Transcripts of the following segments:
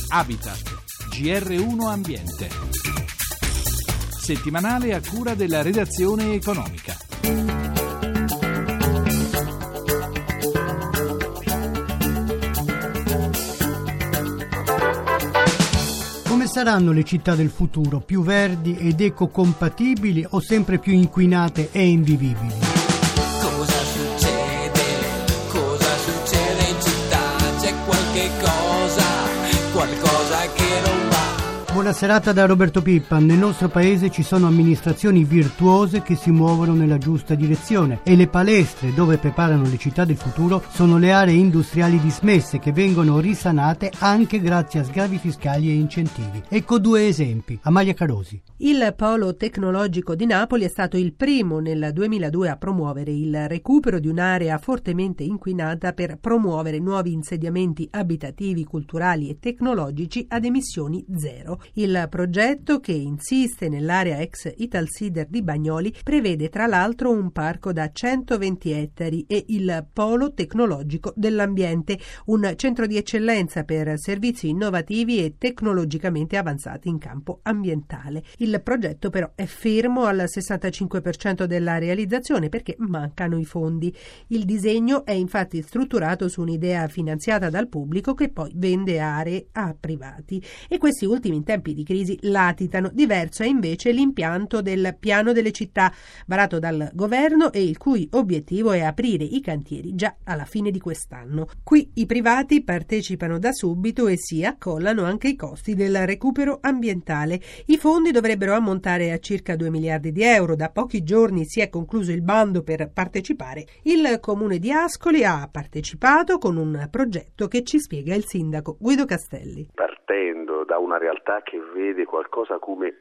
Habitat, GR1 Ambiente. Settimanale a cura della redazione economica. Come saranno le città del futuro? Più verdi ed ecocompatibili o sempre più inquinate e invivibili? Cosa succede in città? C'è qualcosa che non va. Buona serata da Roberto Pippa. Nel nostro paese ci sono amministrazioni virtuose che si muovono nella giusta direzione e le palestre dove preparano le città del futuro sono le aree industriali dismesse che vengono risanate anche grazie a sgravi fiscali e incentivi. Ecco due esempi. Amalia Carosi. Il Polo Tecnologico di Napoli è stato il primo nel 2002 a promuovere il recupero di un'area fortemente inquinata per promuovere nuovi insediamenti abitativi, culturali e tecnologici ad emissioni zero. Il progetto, che insiste nell'area ex Italsider di Bagnoli, prevede tra l'altro un parco da 120 ettari e il Polo Tecnologico dell'Ambiente, un centro di eccellenza per servizi innovativi e tecnologicamente avanzati in campo ambientale. Il progetto però è fermo al 65% della realizzazione perché mancano i fondi. Il disegno è infatti strutturato su un'idea finanziata dal pubblico che poi vende aree a privati, e questi ultimi in tempi di crisi latitano. Diverso è invece l'impianto del piano delle città varato dal governo e il cui obiettivo è aprire i cantieri già alla fine di quest'anno. Qui i privati partecipano da subito e si accollano anche i costi del recupero ambientale. I fondi dovrebbero ammontare a circa 2 miliardi di euro. Da pochi giorni si è concluso il bando per partecipare. Il comune di Ascoli ha partecipato con un progetto che ci spiega il sindaco Guido Castelli. Partendo da una realtà che vede qualcosa come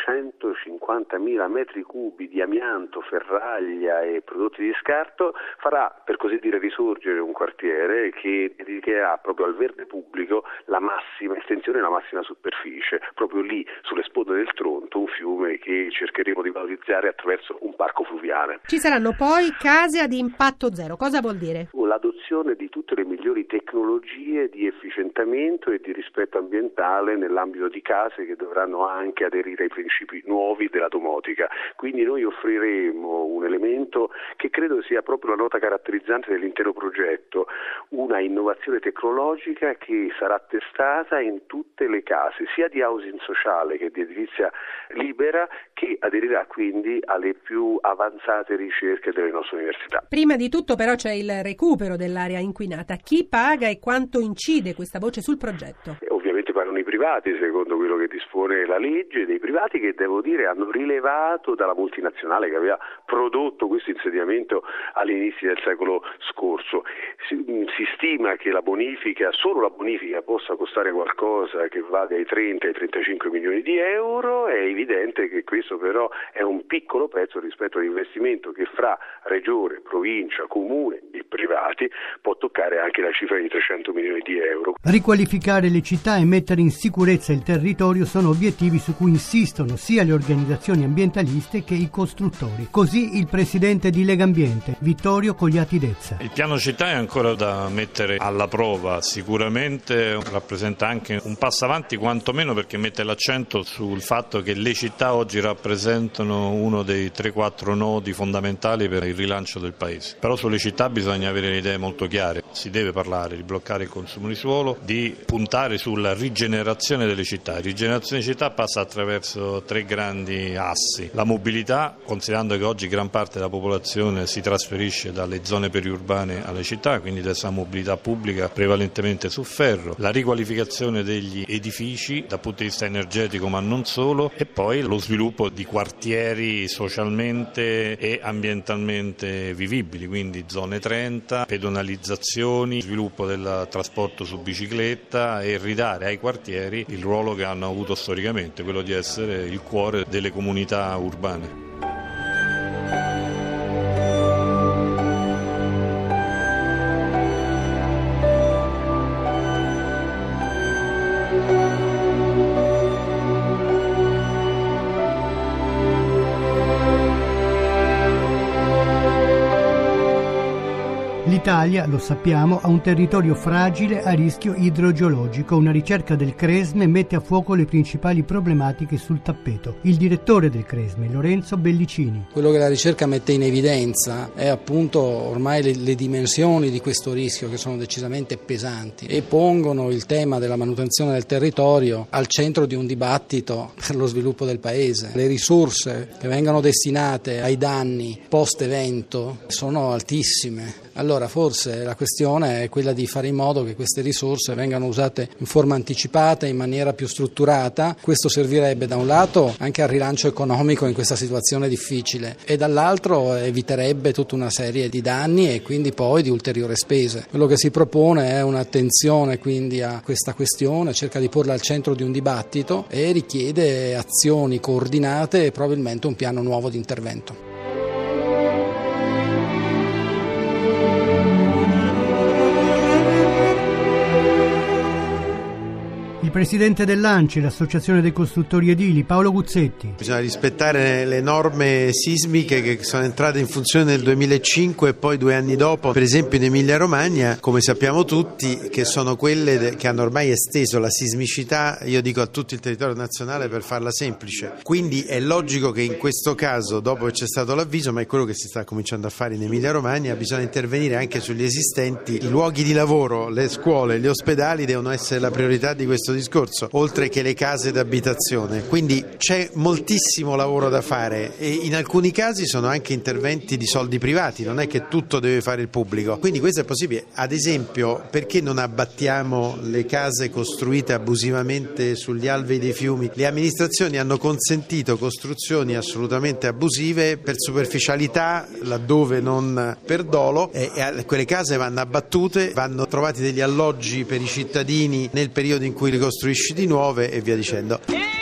850.000 metri cubi di amianto, ferraglia e prodotti di scarto, farà per così dire risorgere un quartiere che dedicherà proprio al verde pubblico la massima estensione e la massima superficie, proprio lì sulle sponde del Tronto, un fiume che cercheremo di valorizzare attraverso un parco fluviale. Ci saranno poi case ad impatto zero. Cosa vuol dire? L'adozione di tutte le migliori tecnologie di efficientamento e di rispetto ambientale nell'ambito di case che dovranno anche aderire ai principi nuovi della domotica. Quindi noi offriremo un elemento che credo sia proprio la nota caratterizzante dell'intero progetto, una innovazione tecnologica che sarà testata in tutte le case, sia di housing sociale che di edilizia libera, che aderirà quindi alle più avanzate ricerche delle nostre università. Prima di tutto però c'è il recupero dell'area inquinata. Chi paga e quanto incide questa voce sul progetto? Ovviamente pagano i privati, secondo quello che dispone la legge, dei privati che, devo dire, hanno rilevato dalla multinazionale che aveva prodotto questo insediamento all'inizio del secolo scorso. Si stima che solo la bonifica possa costare qualcosa che va dai 30 ai 35 milioni di euro. È evidente che questo però è un piccolo pezzo rispetto all'investimento che fra regione, provincia, comune e privati può toccare anche la cifra di 300 milioni di euro. Riqualificare le città e mettere in sicurezza il territorio sono obiettivi su cui insistono sia le organizzazioni ambientaliste che i costruttori. Così il presidente di Legambiente, Vittorio Cogliati Dezza. Il piano città è ancora da mettere alla prova, sicuramente rappresenta anche un passo avanti, quantomeno perché mette l'accento sul fatto che le città oggi rappresentano uno dei 3-4 nodi fondamentali per il rilancio del paese. Però sulle città bisogna avere le idee molto chiare, si deve parlare di bloccare il consumo di suolo, di puntare sulla rigenerazione delle città. Rigenerazione di città passa attraverso 3 grandi assi: la mobilità, considerando che oggi gran parte della popolazione si trasferisce dalle zone periurbane alle città, quindi adesso la mobilità pubblica prevalentemente su ferro, la riqualificazione degli edifici dal punto di vista energetico ma non solo, e poi lo sviluppo di quartieri socialmente e ambientalmente vivibili, quindi zone 30, pedonalizzazioni, sviluppo del trasporto su bicicletta e ridare ai quartieri il ruolo che hanno avuto storicamente, quello di essere il cuore delle comunità urbane. L'Italia, lo sappiamo, ha un territorio fragile a rischio idrogeologico. Una ricerca del CRESME mette a fuoco le principali problematiche sul tappeto. Il direttore del CRESME, Lorenzo Bellicini. Quello che la ricerca mette in evidenza è appunto ormai le dimensioni di questo rischio, che sono decisamente pesanti e pongono il tema della manutenzione del territorio al centro di un dibattito per lo sviluppo del Paese. Le risorse che vengono destinate ai danni post-evento sono altissime. Allora forse la questione è quella di fare in modo che queste risorse vengano usate in forma anticipata, in maniera più strutturata. Questo servirebbe da un lato anche al rilancio economico in questa situazione difficile e dall'altro eviterebbe tutta una serie di danni e quindi poi di ulteriori spese. Quello che si propone è un'attenzione quindi a questa questione, cerca di porla al centro di un dibattito e richiede azioni coordinate e probabilmente un piano nuovo di intervento. Il presidente dell'ANCI, l'Associazione dei Costruttori Edili, Paolo Guzzetti. Bisogna rispettare le norme sismiche che sono entrate in funzione nel 2005 e poi 2 anni dopo, per esempio in Emilia-Romagna, come sappiamo tutti, che sono quelle che hanno ormai esteso la sismicità, io dico a tutto il territorio nazionale per farla semplice. Quindi è logico che in questo caso, dopo che c'è stato l'avviso, ma è quello che si sta cominciando a fare in Emilia-Romagna, bisogna intervenire anche sugli esistenti. I luoghi di lavoro, le scuole, gli ospedali devono essere la priorità di questo discorso, oltre che le case d'abitazione. Quindi c'è moltissimo lavoro da fare e in alcuni casi sono anche interventi di soldi privati, non è che tutto deve fare il pubblico. Quindi questo è possibile. Ad esempio, perché non abbattiamo le case costruite abusivamente sugli alvei dei fiumi? Le amministrazioni hanno consentito costruzioni assolutamente abusive per superficialità, laddove non per dolo, e quelle case vanno abbattute, vanno trovati degli alloggi per i cittadini nel periodo in cui ricostruisci di nuove e via dicendo.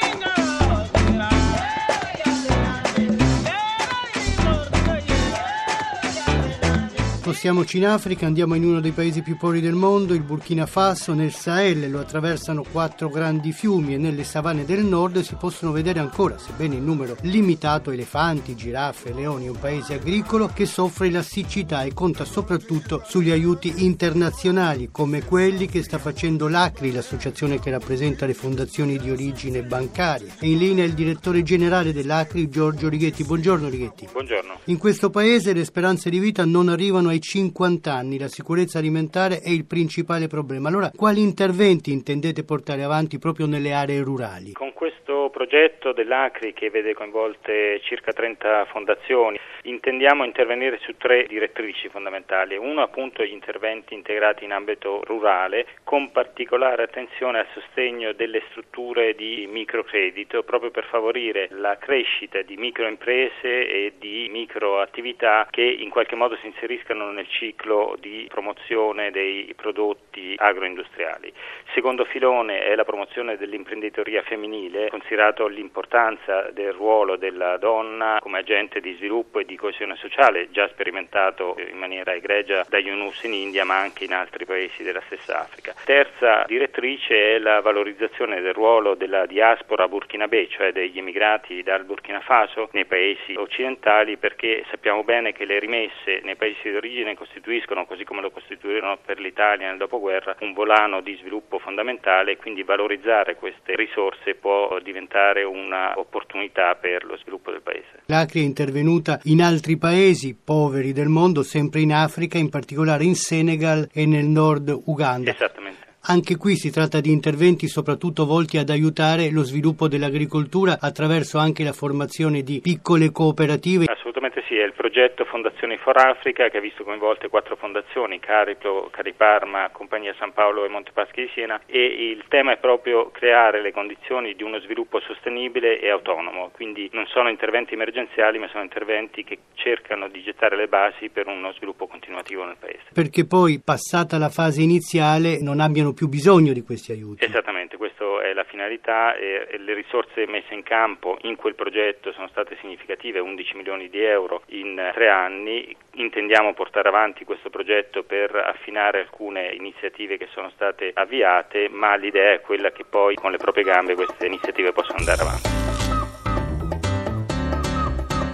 Spostiamoci in Africa, andiamo in uno dei paesi più poveri del mondo, il Burkina Faso. Nel Sahel lo attraversano 4 grandi fiumi e nelle savane del nord si possono vedere ancora, sebbene in numero limitato, elefanti, giraffe, leoni. È un paese agricolo che soffre la siccità e conta soprattutto sugli aiuti internazionali come quelli che sta facendo l'ACRI, l'associazione che rappresenta le fondazioni di origine bancaria. È in linea il direttore generale dell'ACRI, Giorgio Righetti. Buongiorno Righetti. Buongiorno. In questo paese le speranze di vita non arrivano ai 50 anni, la sicurezza alimentare è il principale problema. Allora, quali interventi intendete portare avanti proprio nelle aree rurali? Con questo progetto dell'ACRI, che vede coinvolte circa 30 fondazioni, intendiamo intervenire su 3 direttrici fondamentali. Uno, appunto, gli interventi integrati in ambito rurale, con particolare attenzione al sostegno delle strutture di microcredito, proprio per favorire la crescita di microimprese e di microattività che in qualche modo si inseriscano nel ciclo di promozione dei prodotti agroindustriali. Secondo filone è la promozione dell'imprenditoria femminile, considerato l'importanza del ruolo della donna come agente di sviluppo e di coesione sociale, già sperimentato in maniera egregia da Yunus in India ma anche in altri paesi della stessa Africa. Terza direttrice è la valorizzazione del ruolo della diaspora burkinabè, cioè degli emigrati dal Burkina Faso nei paesi occidentali, perché sappiamo bene che le rimesse nei paesi di origine costituiscono, così come lo costituirono per l'Italia nel dopoguerra, un volano di sviluppo fondamentale e quindi valorizzare queste risorse può diventare un'opportunità per lo sviluppo del paese. L'ACRI è intervenuta in altri paesi poveri del mondo, sempre in Africa, in particolare in Senegal e nel nord Uganda. Esattamente. Anche qui si tratta di interventi soprattutto volti ad aiutare lo sviluppo dell'agricoltura attraverso anche la formazione di piccole cooperative. Assolutamente sì, è il progetto Fondazioni for Africa che ha visto coinvolte 4 fondazioni, Cariplo, Cariparma, Compagnia San Paolo e Montepaschi di Siena, e il tema è proprio creare le condizioni di uno sviluppo sostenibile e autonomo, quindi non sono interventi emergenziali ma sono interventi che cercano di gettare le basi per uno sviluppo continuativo nel paese. Perché poi, passata la fase iniziale, non abbiano più bisogno di questi aiuti. Esattamente, questa è la finalità e le risorse messe in campo in quel progetto sono state significative, 11 milioni di euro in 3 anni. Intendiamo portare avanti questo progetto per affinare alcune iniziative che sono state avviate, ma l'idea è quella che poi con le proprie gambe queste iniziative possano andare avanti. È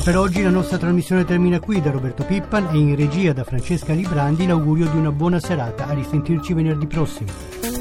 Per oggi la nostra trasmissione termina qui. Da Roberto Pippan e in regia da Francesca Librandi l'augurio di una buona serata. A risentirci venerdì prossimo.